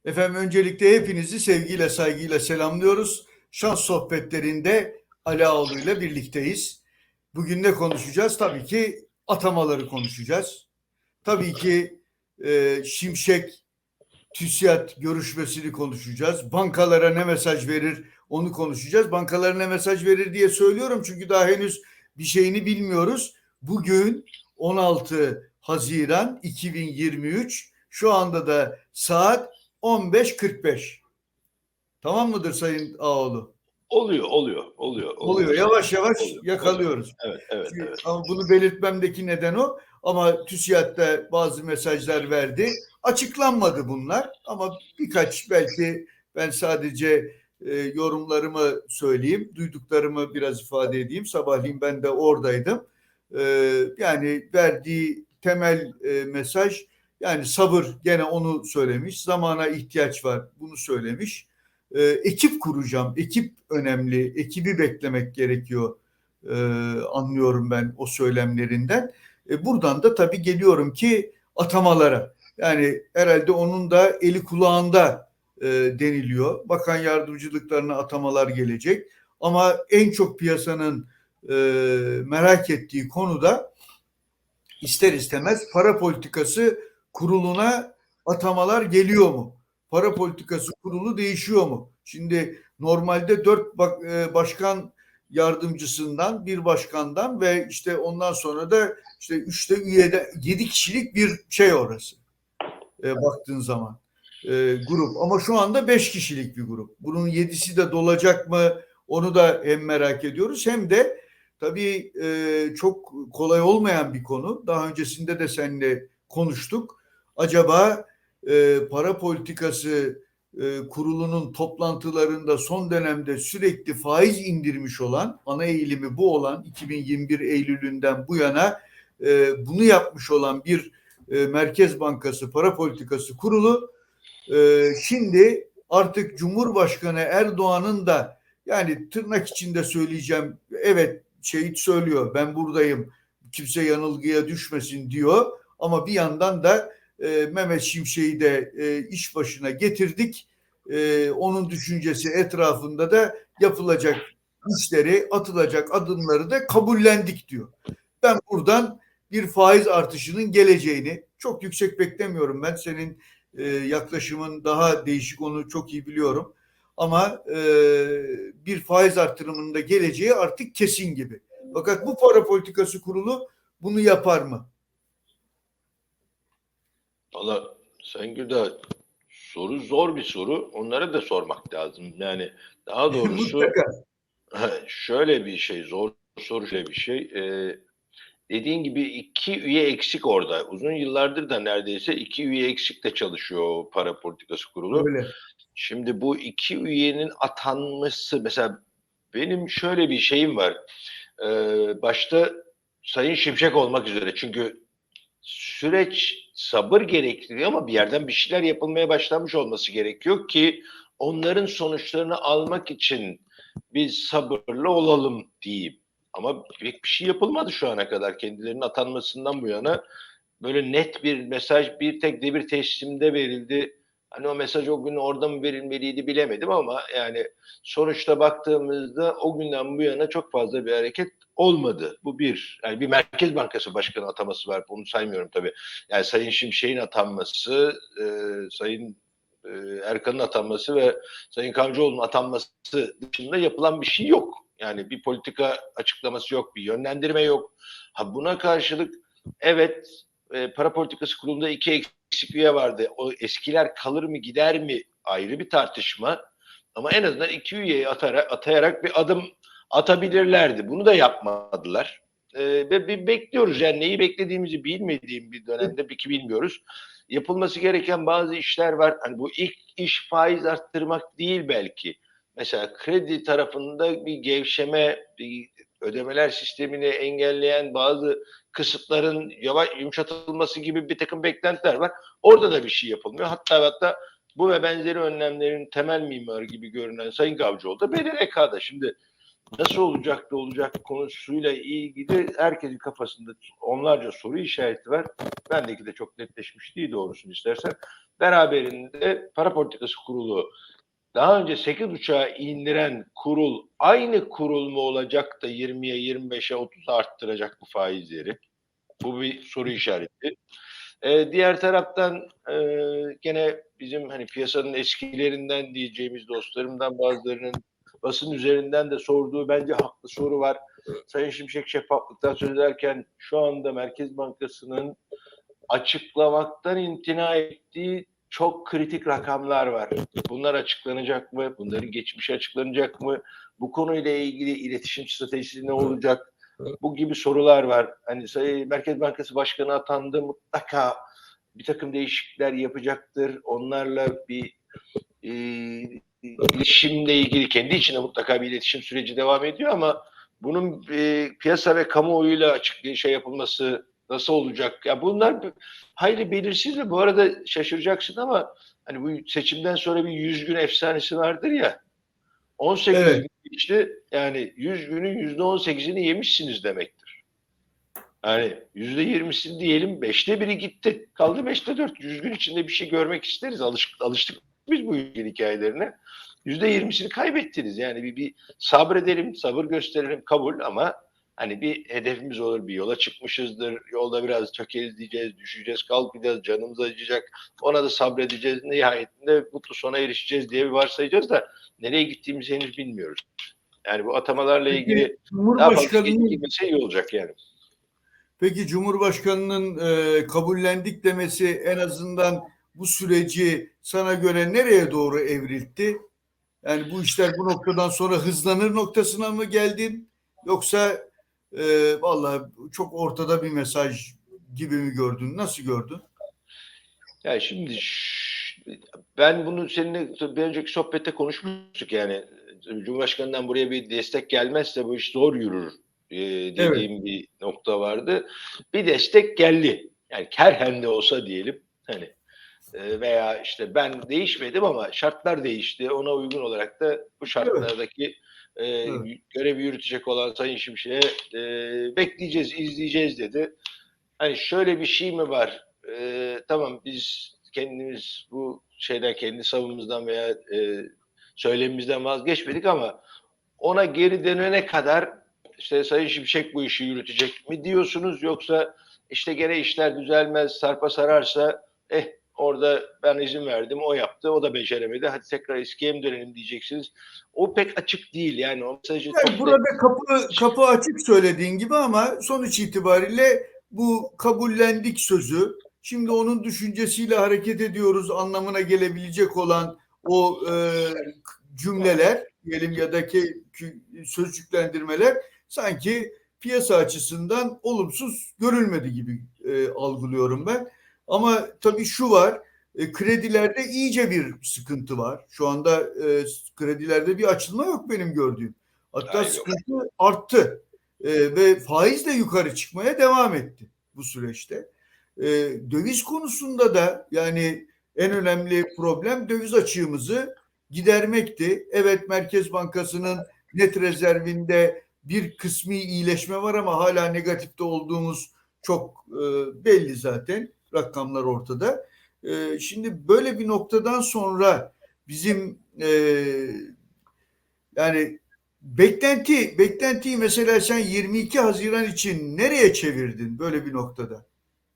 Efendim öncelikle hepinizi sevgiyle saygıyla selamlıyoruz. Şans sohbetlerinde Ali Ağaoğlu ile birlikteyiz. Bugün ne konuşacağız? Tabii ki atamaları konuşacağız. Tabii ki Şimşek TÜSİAD görüşmesini konuşacağız. Bankalara ne mesaj verir onu konuşacağız. Bankalara ne mesaj verir diye söylüyorum çünkü daha henüz bir şeyini bilmiyoruz. Bugün 16 Haziran 2023, şu anda da saat 15.45. Tamam mıdır Sayın Ağoğlu? Oluyor. Yavaş yavaş Oluyor. yakalıyoruz. Evet. Ama bunu belirtmemdeki neden o. Ama TÜSİAD'da bazı mesajlar verdi. Açıklanmadı bunlar. Ama birkaç, belki ben sadece yorumlarımı söyleyeyim. Duyduklarımı biraz ifade edeyim. Sabahleyin ben de oradaydım. Yani verdiği temel mesaj, yani sabır, gene onu söylemiş. Zamana ihtiyaç var, bunu söylemiş. Ekip kuracağım. Ekip önemli. Ekibi beklemek gerekiyor. Anlıyorum ben o söylemlerinden. Buradan da tabii geliyorum ki atamalara. Yani herhalde onun da eli kulağında deniliyor. Bakan yardımcılıklarına atamalar gelecek. Ama en çok piyasanın merak ettiği konu da ister istemez para politikası kuruluna atamalar geliyor mu? Para politikası kurulu değişiyor mu? Şimdi normalde 4 başkan yardımcısından, bir başkandan ve işte ondan sonra da işte 3'te üyede 7 kişilik bir şey orası. Baktığın zaman grup, ama şu anda 5 kişilik bir grup. Bunun 7'si de dolacak mı? Onu da hem merak ediyoruz, hem de tabii çok kolay olmayan bir konu. Daha öncesinde de seninle konuştuk. Acaba para politikası kurulunun toplantılarında son dönemde sürekli faiz indirmiş olan, ana eğilimi bu olan, 2021 Eylül'ünden bu yana bunu yapmış olan bir Merkez Bankası Para Politikası Kurulu şimdi artık Cumhurbaşkanı Erdoğan'ın da, yani tırnak içinde söyleyeceğim, evet şehit söylüyor, ben buradayım, kimse yanılgıya düşmesin diyor, ama bir yandan da Mehmet Şimşek'i de iş başına getirdik. Onun düşüncesi etrafında da yapılacak işleri, atılacak adımları da kabullendik diyor. Ben buradan bir faiz artışının geleceğini, çok yüksek beklemiyorum ben. Senin yaklaşımın daha değişik, onu çok iyi biliyorum. Ama bir faiz artırımının da geleceği artık kesin gibi. Fakat bu para politikası kurulu bunu yapar mı? Valla Sayın Gürdağ, soru zor bir soru. Onlara da sormak lazım. Yani daha doğrusu Mutlaka. şöyle bir şey, zor soru şöyle bir şey. Dediğin gibi iki üye eksik orada. Uzun yıllardır da neredeyse iki üye eksikle çalışıyor o para politikası kurulu. Öyle. Şimdi bu iki üyenin atanması, mesela benim şöyle bir şeyim var. Başta Sayın Şimşek olmak üzere, çünkü süreç sabır gerektiriyor ama bir yerden bir şeyler yapılmaya başlanmış olması gerekiyor ki onların sonuçlarını almak için biz sabırlı olalım diyeyim. Ama pek bir şey yapılmadı şu ana kadar. Kendilerinin atanmasından bu yana böyle net bir mesaj bir tek devir teslimde verildi. Hani o mesaj o gün orada mı verilmeliydi bilemedim ama yani sonuçta baktığımızda o günden bu yana çok fazla bir hareket olmadı. Bu bir. Yani bir Merkez Bankası Başkanı ataması var. Bunu saymıyorum tabii. Yani Sayın Şimşek'in atanması, Sayın Erkan'ın atanması ve Sayın Kamcıoğlu'nun atanması dışında yapılan bir şey yok. Yani bir politika açıklaması yok, bir yönlendirme yok. Ha, buna karşılık evet, para politikası kurulunda iki eksik üye vardı. O eskiler kalır mı gider mi ayrı bir tartışma. Ama en azından iki üyeyi atayarak bir adım atabilirlerdi. Bunu da yapmadılar. Ve bir bekliyoruz, yani neyi beklediğimizi bilmediğim bir dönemde ki bilmiyoruz. Yapılması gereken bazı işler var. Hani bu ilk iş faiz arttırmak değil belki. Mesela kredi tarafında bir gevşeme, bir ödemeler sistemini engelleyen bazı kısıtların yumuşatılması gibi bir takım beklentiler var. Orada da bir şey yapılmıyor. Hatta bu ve benzeri önlemlerin temel mimarı gibi görünen Sayın Kavcıoğlu da BDDK'da. Şimdi nasıl olacak da olacak konusuyla ilgili herkesin kafasında onlarca soru işareti var. Bendeki de çok netleşmiş değil doğrusunu istersen. Beraberinde Para Politikası Kurulu daha önce 8,5'a indiren kurul aynı kurul mu olacak da 20'ye, 25'e, 30'a arttıracak bu faizleri? Bu bir soru işareti. Diğer taraftan gene bizim hani piyasanın eskilerinden diyeceğimiz dostlarımdan bazılarının basın üzerinden de sorduğu bence haklı soru var. Sayın Şimşek şeffaflıktan söz ederken şu anda Merkez Bankası'nın açıklamaktan imtina ettiği çok kritik rakamlar var. Bunlar açıklanacak mı? Bunların geçmişi açıklanacak mı? Bu konuyla ilgili iletişim stratejisi ne olacak? Bu gibi sorular var. Hani Merkez Bankası Başkanı atandı, mutlaka bir takım değişiklikler yapacaktır. Onlarla bir e, iletişimle ilgili kendi içinde mutlaka bir iletişim süreci devam ediyor ama bunun piyasa ve kamuoyuyla açık yapılması nasıl olacak? Ya bunlar hayli belirsiz ve bu arada şaşıracaksın ama hani bu seçimden sonra bir 100 gün efsanesi vardır ya. 18 Evet. gün geçti. Yani 100 günün %18'ini yemişsiniz demektir. Yani %20'sini diyelim 5'te biri gitti. Kaldı 5'te 4. 100 gün içinde bir şey görmek isteriz. Alıştık biz bu ülkenin hikayelerine. %20'sini kaybettiniz. Yani bir sabredelim, sabır gösterelim kabul ama hani bir hedefimiz olur, bir yola çıkmışızdır. Yolda biraz tökezleyeceğiz, düşeceğiz, kalkacağız, canımız acıyacak. Ona da sabredeceğiz. Nihayetinde mutlu sona erişeceğiz diye bir varsayacağız da nereye gittiğimizi henüz bilmiyoruz. Yani bu atamalarla Peki ilgili daha fazla Cumhurbaşkanı'nın gecikmese iyi olacak yani. Peki Cumhurbaşkanı'nın kabullendik demesi en azından bu süreci sana göre nereye doğru evriltti? Yani bu işler bu noktadan sonra hızlanır noktasına mı geldin? Yoksa vallahi çok ortada bir mesaj gibi mi gördün? Nasıl gördün? Yani şimdi ben bunu seninle bir önceki sohbette konuşmuştuk yani Cumhurbaşkanı'ndan buraya bir destek gelmezse bu iş zor yürür Evet. dediğim bir nokta vardı. Bir destek geldi. Yani kerhen de olsa diyelim hani veya işte ben değişmedim ama şartlar değişti. Ona uygun olarak da bu Evet. şartlardaki Evet. görevi yürütecek olan Sayın Şimşek'e bekleyeceğiz, izleyeceğiz dedi. Hani şöyle bir şey mi var? Tamam biz kendimiz bu şeyden kendi savımızdan veya söylemimizden vazgeçmedik ama ona geri dönene kadar işte Sayın Şimşek bu işi yürütecek mi diyorsunuz yoksa işte gene işler düzelmez sarpa sararsa orada ben izin verdim o yaptı o da beceremedi hadi tekrar eskiye mi dönelim diyeceksiniz. O pek açık değil yani o mesajı Yani çok net. burada kapı açık söylediğin gibi ama sonuç itibariyle bu kabullendik sözü şimdi onun düşüncesiyle hareket ediyoruz anlamına gelebilecek olan o cümleler diyelim ya da ki sözcüklendirmeler sanki piyasa açısından olumsuz görülmedi gibi algılıyorum ben. Ama tabii şu var kredilerde iyice bir sıkıntı var. Şu anda kredilerde bir açılma yok benim gördüğüm. Hatta Ay yok. sıkıntı arttı ve faiz de yukarı çıkmaya devam etti bu süreçte. Döviz konusunda da yani en önemli problem döviz açığımızı gidermekti. Evet Merkez Bankası'nın net rezervinde bir kısmi iyileşme var ama hala negatifte olduğumuz çok belli zaten. Rakamlar ortada. Şimdi böyle bir noktadan sonra bizim yani beklentiyi mesela sen 22 Haziran için nereye çevirdin böyle bir noktada?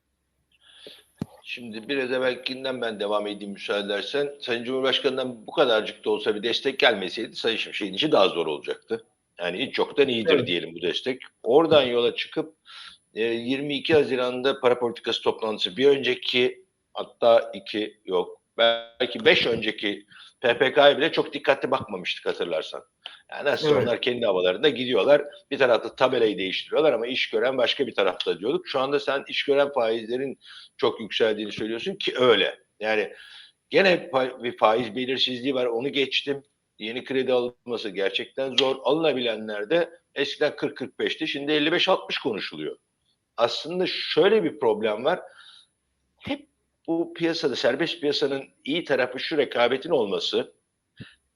Şimdi biraz evvelkinden ben devam edeyim müsaade edersen. Sayın Cumhurbaşkanı'ndan bu kadarcık da olsa bir destek gelmeseydi Sayın Şimşek'in işi daha zor olacaktı. Yani hiç yoktan iyidir Evet. diyelim bu destek. Oradan yola çıkıp 22 Haziran'da para politikası toplantısı bir önceki hatta iki yok belki 5 önceki PPK'ya bile çok dikkatli bakmamıştık hatırlarsan. Yani nasıl Evet. onlar kendi havalarında gidiyorlar. Bir tarafta tabelayı değiştiriyorlar ama iş gören başka bir tarafta diyorduk. Şu anda sen iş gören faizlerin çok yükseldiğini söylüyorsun ki öyle. Yani gene bir faiz belirsizliği var onu geçtim. Yeni kredi alınması gerçekten zor. Alınabilenler de eskiden 40-45'ti şimdi 55-60 konuşuluyor. Aslında şöyle bir problem var. Hep bu piyasada serbest piyasanın iyi tarafı şu rekabetin olması.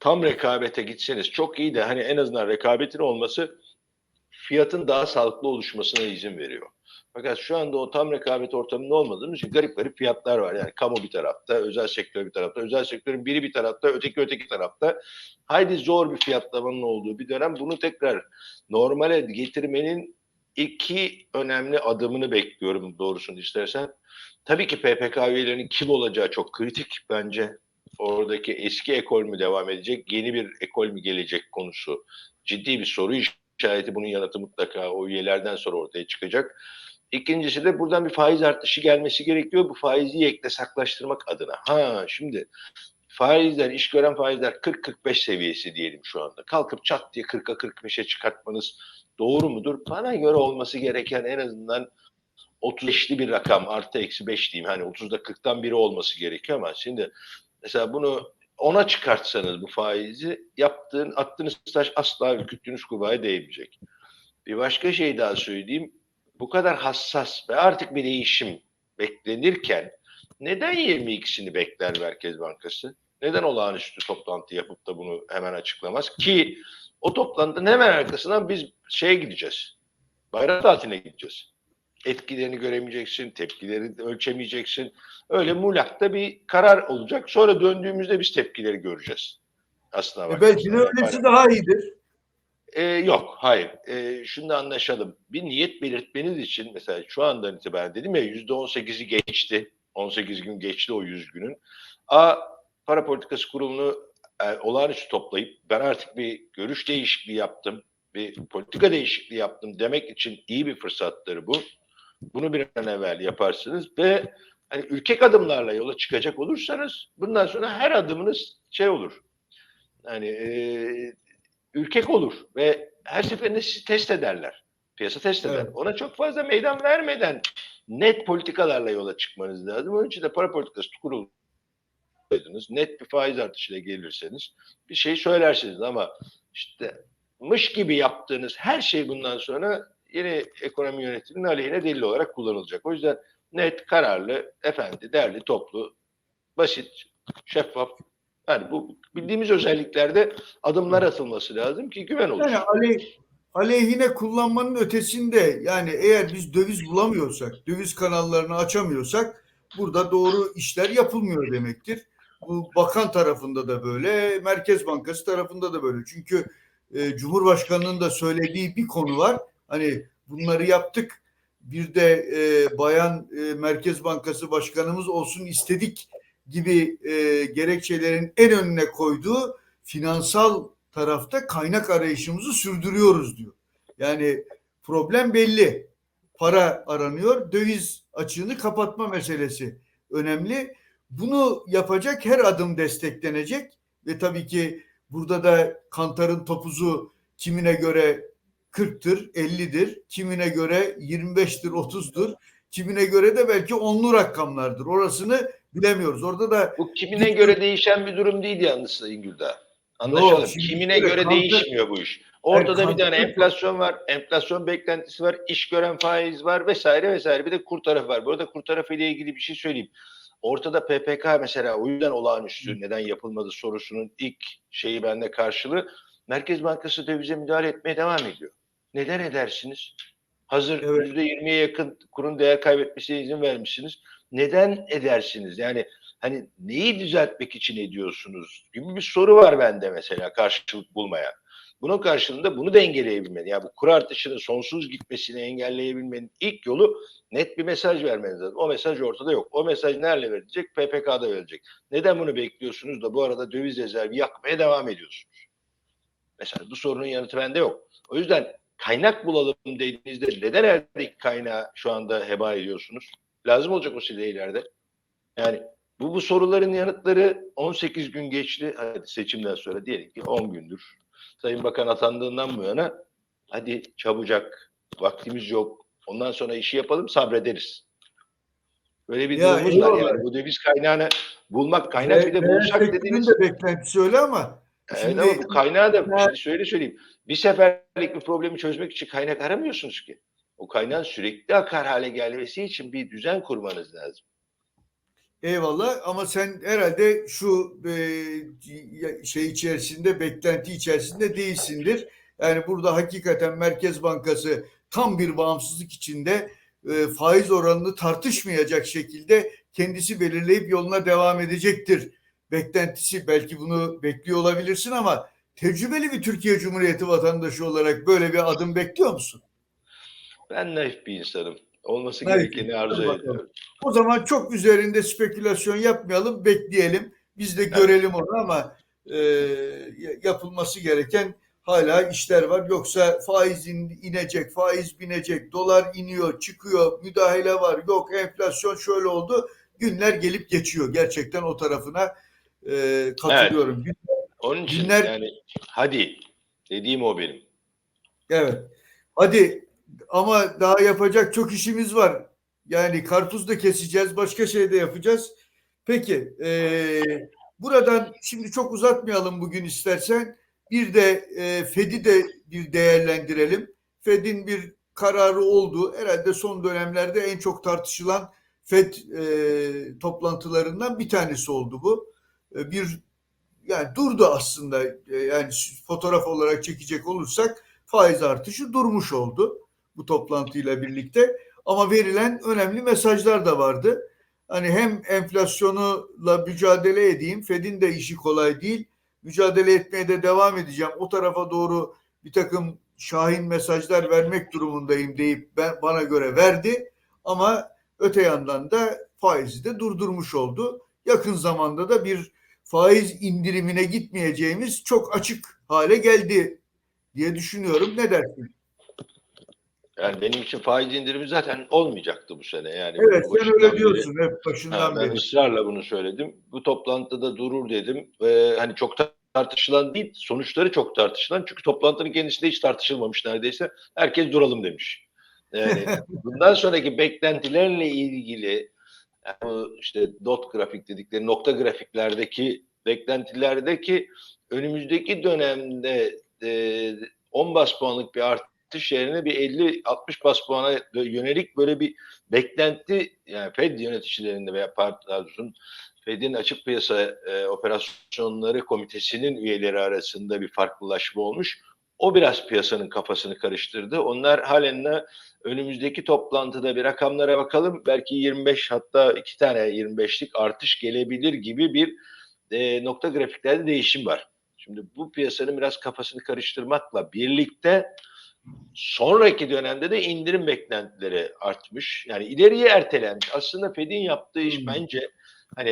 tam rekabete gitseniz çok iyi de hani en azından rekabetin olması fiyatın daha sağlıklı oluşmasına izin veriyor. Fakat şu anda o tam rekabet ortamında olmadığımız için garip garip fiyatlar var. Yani kamu bir tarafta, özel sektör bir tarafta, özel sektörün biri bir tarafta, öteki tarafta. Haydi zor bir fiyatlamanın olduğu bir dönem. Bunu tekrar normale getirmenin iki önemli adımını bekliyorum doğrusunu istersen. Tabii ki PPK üyelerinin kim olacağı çok kritik bence. Oradaki eski ekol mü devam edecek, yeni bir ekol mü gelecek konusu ciddi bir soru işareti. Bunun yanıtı mutlaka o üyelerden sonra ortaya çıkacak. İkincisi de buradan bir faiz artışı gelmesi gerekiyor. Bu faizi yeknesaklaştırmak adına. Şimdi faizler, iş gören faizler 40-45 seviyesi diyelim şu anda. Kalkıp çat diye 40'a 45'e çıkartmanız doğru mudur? Bana göre olması gereken en azından 35'li bir rakam, artı eksi 5 diyeyim. Hani 30'da 40'tan biri olması gerekiyor ama şimdi mesela bunu 10'a çıkartsanız bu faizi attığınız taş asla ürküttüğünüz kurbağaya değmeyecek. Bir başka şey daha söyleyeyim. Bu kadar hassas ve artık bir değişim beklenirken neden 22'sini bekler Merkez Bankası? Neden olağanüstü toplantı yapıp da bunu hemen açıklamaz? Ki o toplantının hemen arkasından biz gideceğiz. Bayram tatiline gideceğiz. Etkilerini göremeyeceksin, tepkileri ölçemeyeceksin. Öyle muğlakta bir karar olacak. Sonra döndüğümüzde biz tepkileri göreceğiz. Aslına Belki de bakarsan. öylesi daha iyidir. Yok, hayır. Şunu da anlaşalım. Bir niyet belirtmeniz için mesela şu andan itibaren dedim ya %18'i geçti. 18 gün geçti o 100 günün. Para Politikası Kurulu'nu olağanüstü toplayıp ben artık bir görüş değişikliği yaptım, bir politika değişikliği yaptım demek için iyi bir fırsattır bu. Bunu bir an evvel yaparsınız ve hani ürkek adımlarla yola çıkacak olursanız bundan sonra her adımınız olur. Yani ürkek olur ve her seferinde sizi test ederler. Piyasa test eder. Evet. Ona çok fazla meydan vermeden net politikalarla yola çıkmanız lazım. Onun için de para politikası kurulu net bir faiz artışıyla gelirseniz bir şey söylersiniz ama işte mış gibi yaptığınız her şey bundan sonra yeni ekonomi yönetiminin aleyhine delil olarak kullanılacak. O yüzden net, kararlı, derli, toplu, basit, şeffaf. Yani bu bildiğimiz özelliklerde adımlar atılması lazım ki güven Yani oluşsun. aleyhine kullanmanın ötesinde yani eğer biz döviz bulamıyorsak, döviz kanallarını açamıyorsak burada doğru işler yapılmıyor demektir. Bu bakan tarafında da böyle, Merkez Bankası tarafında da böyle. Çünkü Cumhurbaşkanı'nın da söylediği bir konu var. Hani bunları yaptık. Bir de bayan Merkez Bankası Başkanımız olsun istedik gibi gerekçelerin en önüne koyduğu finansal tarafta kaynak arayışımızı sürdürüyoruz diyor. Yani problem belli. Para aranıyor. Döviz açığını kapatma meselesi önemli. Bunu yapacak her adım desteklenecek ve tabii ki burada da Kantar'ın topuzu kimine göre 40'tır, 50'dir, kimine göre 25'tir, 30'dur, kimine göre de belki 10'lu rakamlardır. Orasını bilemiyoruz. Orada da Bu kimine göre değişen bir durum değil yalnız Sayın Güldağ. yok, Anlaşalım. şimdi Kimine şöyle göre değişmiyor bu iş. Ortada bir tane Kantar enflasyon var. Enflasyon beklentisi var. İş gören faiz var vesaire vesaire. Bir de kur tarafı var. Burada kur tarafı ile ilgili bir şey söyleyeyim. Ortada PPK mesela o yüzden olağanüstü neden yapılmadı sorusunun ilk bende karşılığı. Merkez Bankası dövize müdahale etmeye devam ediyor. Neden edersiniz? Hazır evet. %20'ye yakın kurun değer kaybetmesine izin vermişsiniz. Neden edersiniz? Yani hani neyi düzeltmek için ediyorsunuz gibi bir soru var bende mesela karşılık bulmaya. Bunun karşılığında bunu dengeleyebilmenin, yani bu kur artışının sonsuz gitmesini engelleyebilmenin ilk yolu net bir mesaj vermeniz lazım. O mesaj ortada yok. O mesaj nerede verilecek? PPK'da verilecek. Neden bunu bekliyorsunuz da bu arada döviz rezervi yakmaya devam ediyorsunuz? Mesela bu sorunun yanıtı bende yok. O yüzden kaynak bulalım dediğinizde neden eldeki kaynağı şu anda heba ediyorsunuz? Lazım olacak o size ileride. Yani bu soruların yanıtları 18 gün geçti. Hadi seçimden sonra diyelim ki 10 gündür. Sayın Bakan atandığından bu yana hadi çabucak vaktimiz yok. Ondan sonra işi yapalım sabrederiz. Böyle bir Ya durumumuz var. eyvallah. Yani bu döviz kaynağını bulmak kaynak bir de Reel bulsak sektörün dediniz. de beklentisi öyle ama Evet şimdi ama bu kaynağı da şimdi şöyle söyleyeyim. Bir seferlik bir problemi çözmek için kaynak aramıyorsunuz ki. O kaynağın sürekli akar hale gelmesi için bir düzen kurmanız lazım. Eyvallah, ama sen herhalde şu şey içerisinde, beklenti içerisinde değilsindir. Yani burada hakikaten Merkez Bankası tam bir bağımsızlık içinde faiz oranını tartışmayacak şekilde kendisi belirleyip yoluna devam edecektir beklentisi. Belki bunu bekliyor olabilirsin ama tecrübeli bir Türkiye Cumhuriyeti vatandaşı olarak böyle bir adım bekliyor musun? Ben naif bir insanım. Olması Peki, gerekeni arzu hadi bakalım. ediyorum. O zaman çok üzerinde spekülasyon yapmayalım, bekleyelim. Biz de Evet. görelim onu, ama e, yapılması gereken hala işler var. Yoksa faiz inecek, faiz binecek, dolar iniyor, çıkıyor, müdahale var, yok enflasyon şöyle oldu. Günler gelip geçiyor. Gerçekten o tarafına Evet. katılıyorum. Onun için Günler, yani hadi dediğim o benim. evet. Hadi, ama daha yapacak çok işimiz var. Yani karpuz da keseceğiz, başka şey de yapacağız. Peki, buradan şimdi çok uzatmayalım bugün istersen. Bir de Fed'i de bir değerlendirelim. Fed'in bir kararı oldu. Herhalde son dönemlerde en çok tartışılan Fed toplantılarından bir tanesi oldu bu. Bir, yani durdu aslında. Yani fotoğraf olarak çekecek olursak faiz artışı durmuş oldu bu toplantıyla birlikte. Ama verilen önemli mesajlar da vardı. Hani hem enflasyonla mücadele edeyim, Fed'in de işi kolay değil. Mücadele etmeye de devam edeceğim. O tarafa doğru bir takım şahin mesajlar vermek durumundayım deyip bana göre verdi. Ama öte yandan da faizi de durdurmuş oldu. Yakın zamanda da bir faiz indirimine gitmeyeceğimiz çok açık hale geldi diye düşünüyorum. Ne dersin? Yani benim için faiz indirimi zaten olmayacaktı bu sene. Yani Evet, bunu sen öyle başından beri diyorsun hep başından ben beri. ısrarla bunu söyledim. Bu toplantıda durur dedim. Ve hani çok tartışılan değil, sonuçları çok tartışılan. Çünkü toplantının kendisinde hiç tartışılmamış neredeyse. Herkes duralım demiş. Yani bundan sonraki beklentilerle ilgili yani bu işte dot grafik dedikleri nokta grafiklerdeki beklentilerdeki önümüzdeki dönemde 10 bas puanlık bir artış yerine bir 50-60 bas puana yönelik böyle bir beklenti yani Fed yöneticilerinde veya partilerin Fed'in açık piyasa operasyonları komitesinin üyeleri arasında bir farklılaşma olmuş. O biraz piyasanın kafasını karıştırdı. Onlar halen de önümüzdeki toplantıda bir rakamlara bakalım. Belki 25 hatta 2 tane 25'lik artış gelebilir gibi bir nokta grafiklerde değişim var. Şimdi bu piyasanın biraz kafasını karıştırmakla birlikte sonraki dönemde de indirim beklentileri artmış. Yani ileriye ertelenmiş. Aslında Fed'in yaptığı iş Hmm. bence hani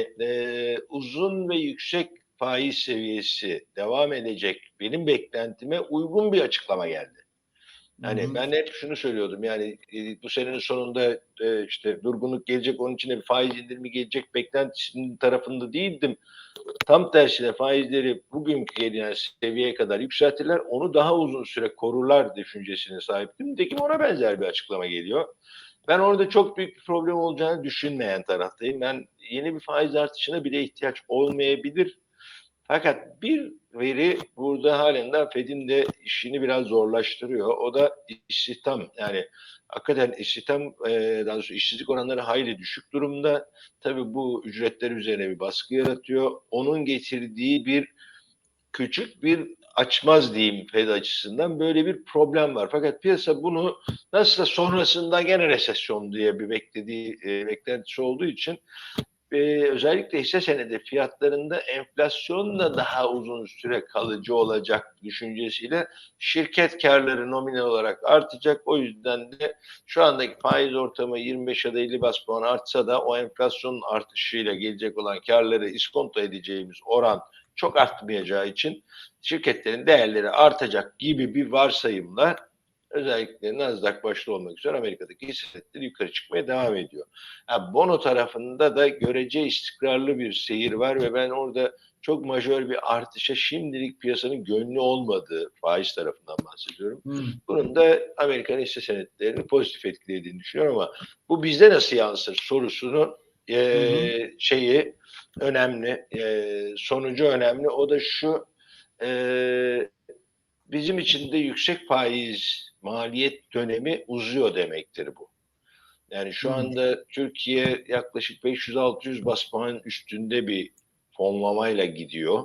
uzun ve yüksek faiz seviyesi devam edecek benim beklentime uygun bir açıklama geldi. Hı Yani hı. ben hep şunu söylüyordum yani bu senenin sonunda işte durgunluk gelecek onun için bir faiz indirimi gelecek beklentisinin tarafında değildim. Tam tersine faizleri bugünkü gelinen seviyeye kadar yükseltirler onu daha uzun süre korurlar düşüncesine sahiptim. Nitekim ona benzer bir açıklama geliyor. Ben orada çok büyük bir problem olacağını düşünmeyen taraftayım. Ben yeni bir faiz artışına bile ihtiyaç olmayabilir. Fakat bir veri burada halen de Fed'in de işini biraz zorlaştırıyor. O da istihdam. Yani hakikaten istihdam, daha doğrusu işsizlik oranları hayli düşük durumda. Tabii bu ücretler üzerine bir baskı yaratıyor. Onun getirdiği bir küçük bir açmaz diyeyim Fed açısından böyle bir problem var. Fakat piyasa bunu nasılsa sonrasında gene resesyon diye bir beklentisi olduğu için özellikle hisse senedi fiyatlarında enflasyon da daha uzun süre kalıcı olacak düşüncesiyle şirket karları nominal olarak artacak. O yüzden de şu andaki faiz ortamı 25 ya da 50 bas puan artsa da o enflasyonun artışıyla gelecek olan karları iskonto edeceğimiz oran çok artmayacağı için şirketlerin değerleri artacak gibi bir varsayımla özellikle Nasdaq başta olmak üzere Amerika'daki hisse senetleri yukarı çıkmaya devam ediyor. Ha, bono tarafında da görece istikrarlı bir seyir var ve ben orada çok majör bir artışa şimdilik piyasanın gönlü olmadığı faiz tarafından bahsediyorum. Hı Bunun da Amerikan hisse senetlerini pozitif etkilediğini düşünüyorum ama bu bizde nasıl yansır sorusunun hı. Hı. şeyi önemli, sonucu önemli. O da şu, e, bizim için de yüksek faiz maliyet dönemi uzuyor demektir bu. Yani şu anda Türkiye yaklaşık 500-600 bas puan üstünde bir fonlamayla gidiyor.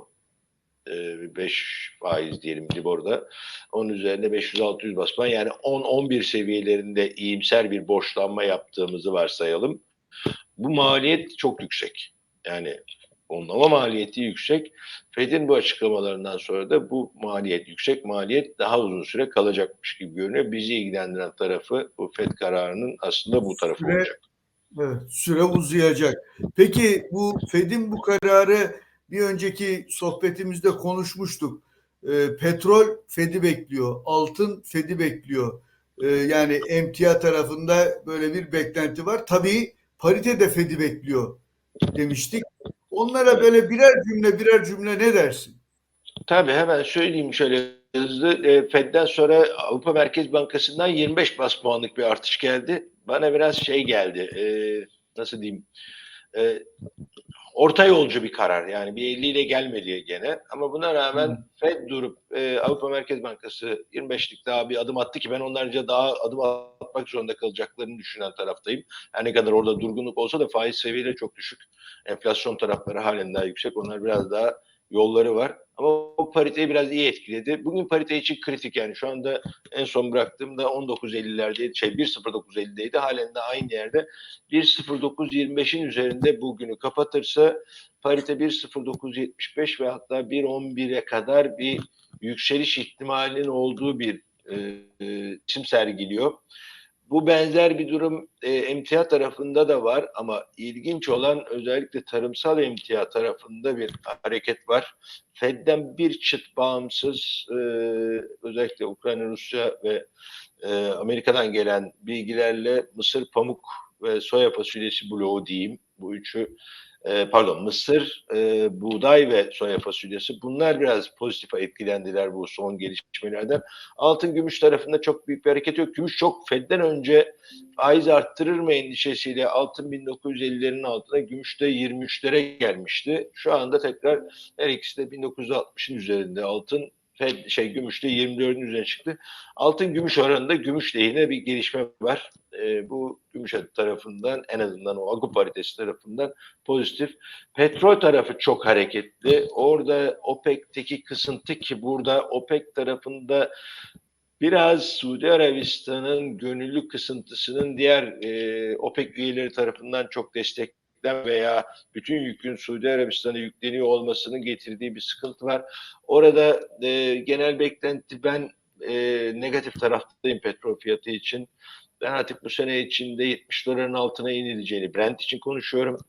5 faiz diyelim Libor'da. Onun üzerinde 500-600 bas puan. Yani 10-11 seviyelerinde iyimser bir borçlanma yaptığımızı varsayalım. Bu maliyet çok yüksek. Yani fonlama maliyeti yüksek. Fed'in bu açıklamalarından sonra da bu maliyet, yüksek maliyet daha uzun süre kalacakmış gibi görünüyor. Bizi ilgilendiren tarafı bu Fed kararının aslında bu tarafı olacak. Evet, süre uzayacak. Peki bu Fed'in bu kararı bir önceki sohbetimizde konuşmuştuk. Petrol Fed'i bekliyor, altın Fed'i bekliyor. Yani emtia tarafında böyle bir beklenti var. Tabii parite de Fed'i bekliyor demiştik. Onlara böyle birer cümle ne dersin? Tabii hemen söyleyeyim şöyle hızlı. Fed'den sonra Avrupa Merkez Bankası'ndan 25 bas puanlık bir artış geldi. Bana biraz şey geldi. Nasıl diyeyim? E, Orta yolcu bir karar. Yani bir 50 ile gelmedi gene. Ama buna rağmen Fed durup Avrupa Merkez Bankası 25'lik daha bir adım attı ki ben onlarca daha adım atmak zorunda kalacaklarını düşünen taraftayım. Her ne kadar orada durgunluk olsa da faiz seviyeleri çok düşük. Enflasyon tarafları halen daha yüksek. Onlar biraz daha yolları var. Ama o pariteyi biraz iyi etkiledi. Bugün parite için kritik yani. Şu anda en son bıraktığımda 19.50'lerdeydi. 1.0950'deydi. Halen de aynı yerde. 1.0925'in üzerinde bugünü kapatırsa parite 1.0975 ve hatta 1.11'e kadar bir yükseliş ihtimalinin olduğu bir isim sergiliyor. Bu benzer bir durum emtia tarafında da var ama ilginç olan özellikle tarımsal emtia tarafında bir hareket var. Fed'den bir çıt bağımsız özellikle Ukrayna, Rusya ve Amerika'dan gelen bilgilerle mısır, pamuk ve soya fasulyesi bloğu diyeyim. Bu üçü mısır, buğday ve soya fasulyesi. Bunlar biraz pozitif etkilendiler bu son gelişmelerden. Altın gümüş tarafında çok büyük bir hareket yok. Gümüş çok Fed'den önce faiz arttırır mı endişesiyle altın 1950'lerin altına, gümüş de 23'lere gelmişti. Şu anda tekrar her ikisi de 1960'ın üzerinde. Altın gümüşte 24'ün üzerine çıktı. Altın gümüş oranında gümüş lehine bir gelişme var. Bu gümüş tarafından en azından o Agü paritesi tarafından pozitif. Petrol tarafı çok hareketli. Orada OPEC'teki kısıntı ki burada OPEC tarafında biraz Suudi Arabistan'ın gönüllü kısıntısının diğer OPEC üyeleri tarafından çok desteklen veya bütün yükün Suudi Arabistan'a yükleniyor olmasının getirdiği bir sıkıntı var. Orada genel beklenti ben negatif taraftayım petrol fiyatı için. Ben artık bu sene içinde 70 doların altına inileceğini, Brent için konuşuyorum.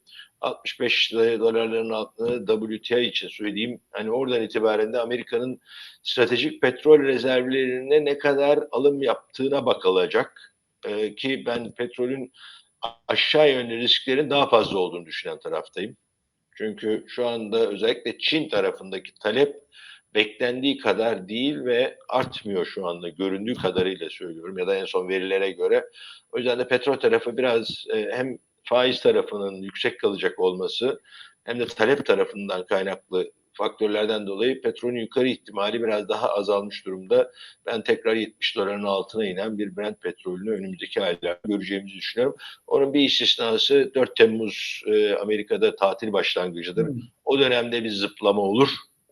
65 dolarların altına WTI için söyleyeyim. Hani oradan itibaren de Amerika'nın stratejik petrol rezervlerine ne kadar alım yaptığına bakılacak. Ki ben petrolün aşağı yönlü risklerin daha fazla olduğunu düşünen taraftayım. Çünkü şu anda özellikle Çin tarafındaki talep beklendiği kadar değil ve artmıyor şu anda göründüğü kadarıyla söylüyorum ya da en son verilere göre. O yüzden de petrol tarafı biraz hem faiz tarafının yüksek kalacak olması hem de talep tarafından kaynaklı faktörlerden dolayı petrolün yukarı ihtimali biraz daha azalmış durumda. Ben tekrar 70 doların altına inen bir Brent petrolünü önümüzdeki aylarda göreceğimizi düşünüyorum. Onun bir istisnası 4 Temmuz Amerika'da tatil başlangıcıdır. O dönemde bir zıplama olur.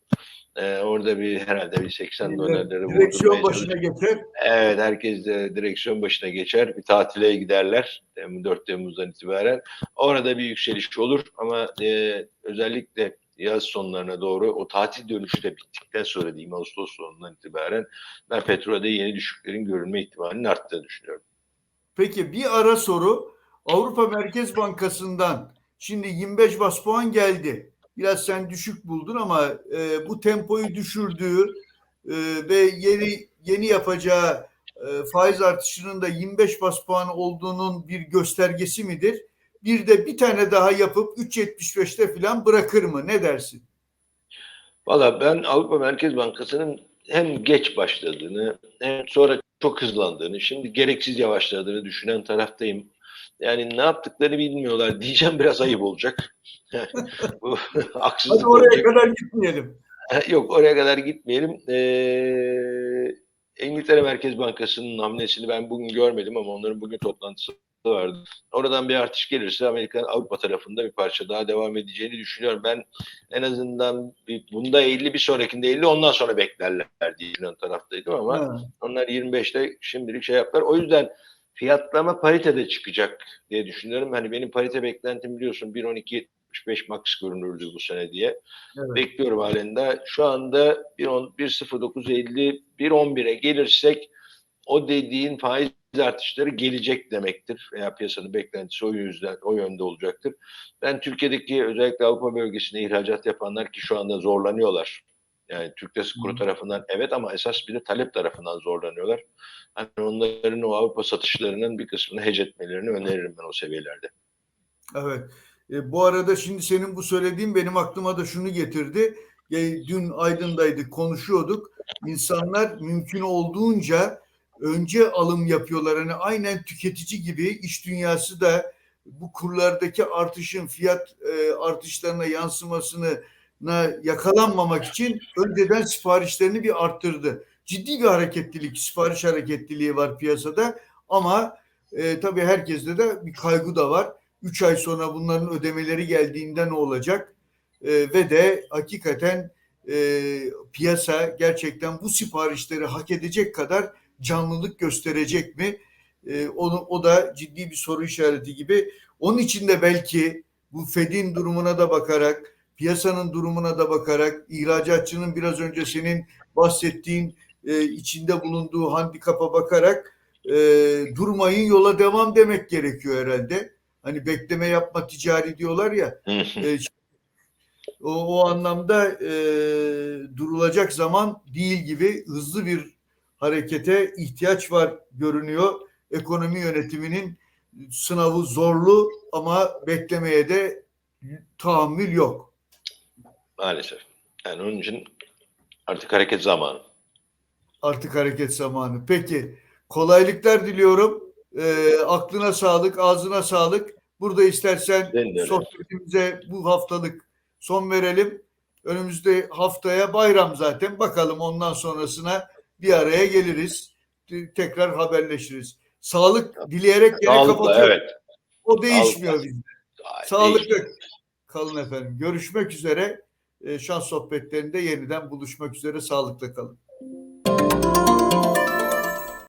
Orada bir herhalde bir 80 dolarları Direksiyon vurdurmaya başına çalışır. geçer. Evet, herkes de direksiyon başına geçer. Bir tatile giderler 4 Temmuz'dan itibaren. Orada bir yükseliş olur ama özellikle yaz sonlarına doğru o tatil dönüşü de bittikten sonra diyeyim Ağustos sonundan itibaren ben petrolde yeni düşüklerin görülme ihtimalinin arttığını düşünüyorum. Peki bir ara soru. Avrupa Merkez Bankası'ndan şimdi 25 bas puan geldi. Biraz sen düşük buldun ama bu tempoyu düşürdüğü ve yeni yapacağı faiz artışının da 25 bas puan olduğunun bir göstergesi midir? Bir de bir tane daha yapıp 3.75'te falan bırakır mı? Ne dersin? Valla ben Avrupa Merkez Bankası'nın hem geç başladığını hem sonra çok hızlandığını, şimdi gereksiz yavaşladığını düşünen taraftayım. Yani ne yaptıklarını bilmiyorlar diyeceğim biraz ayıp olacak. Bu Hadi haksızlık oraya olacak. kadar gitmeyelim. Yok oraya kadar gitmeyelim. İngiltere Merkez Bankası'nın hamlesini ben bugün görmedim ama onların bugün toplantısı vardı. Oradan bir artış gelirse Amerika Avrupa tarafında bir parça daha devam edeceğini düşünüyorum. Ben en azından bunda 50, bir sonrakinde 50, ondan sonra beklerler diye düşünen taraftaydım ama Ha, onlar 25'te şimdilik şey yaptılar. O yüzden fiyatlama paritede çıkacak diye düşünüyorum. Hani benim parite beklentim biliyorsun 1.12.75 max görünürdü bu sene diye. evet. Bekliyorum halen de. Şu anda 1.0950, 1.11'e gelirsek o dediğin faiz artışları gelecek demektir. Veya piyasanın beklentisi o yüzden, o yönde olacaktır. Ben Türkiye'deki özellikle Avrupa bölgesine ihracat yapanlar ki şu anda zorlanıyorlar. Yani Türk Lirası Kuru tarafından evet ama esas bir de talep tarafından zorlanıyorlar. Hani onların o Avrupa satışlarının bir kısmını hedge etmelerini öneririm ben o seviyelerde. Evet. Bu arada şimdi senin bu söylediğin benim aklıma da şunu getirdi. Dün Aydın'daydık, konuşuyorduk. İnsanlar mümkün olduğunca önce alım yapıyorlar. Hani aynen tüketici gibi iş dünyası da bu kurlardaki artışın fiyat artışlarına yansımasını yakalanmamak için önceden siparişlerini bir arttırdı. Ciddi bir hareketlilik, sipariş hareketliliği var piyasada ama tabii herkeste de bir kaygı da var. 3 ay sonra bunların ödemeleri geldiğinde ne olacak? Ve de hakikaten piyasa gerçekten bu siparişleri hak edecek kadar canlılık gösterecek mi? O da ciddi bir soru işareti gibi. Onun için de belki bu Fed'in durumuna da bakarak, piyasanın durumuna da bakarak, ihracatçının biraz önce senin bahsettiğin içinde bulunduğu handikapa bakarak durmayın, yola devam demek gerekiyor herhalde. Hani bekleme yapma ticari diyorlar ya. E, o anlamda durulacak zaman değil gibi, hızlı bir harekete ihtiyaç var görünüyor. Ekonomi yönetiminin sınavı zorlu ama beklemeye de tahammül yok. Maalesef. Yani onun için artık hareket zamanı. Artık hareket zamanı. Peki, kolaylıklar diliyorum. Aklına sağlık, ağzına sağlık. Burada istersen Ben de öyle. sohbetimize bu haftalık son verelim. Önümüzde haftaya bayram zaten. Bakalım ondan sonrasına bir araya geliriz. Tekrar haberleşiriz. Sağlık dileyerek yine Sağlıkla kapatıyorum. evet. O Sağlıkla. değişmiyor bizde. Değişmiyor. Sağlıklı kalın efendim. Görüşmek üzere. Şans sohbetlerinde yeniden buluşmak üzere. Sağlıkla kalın.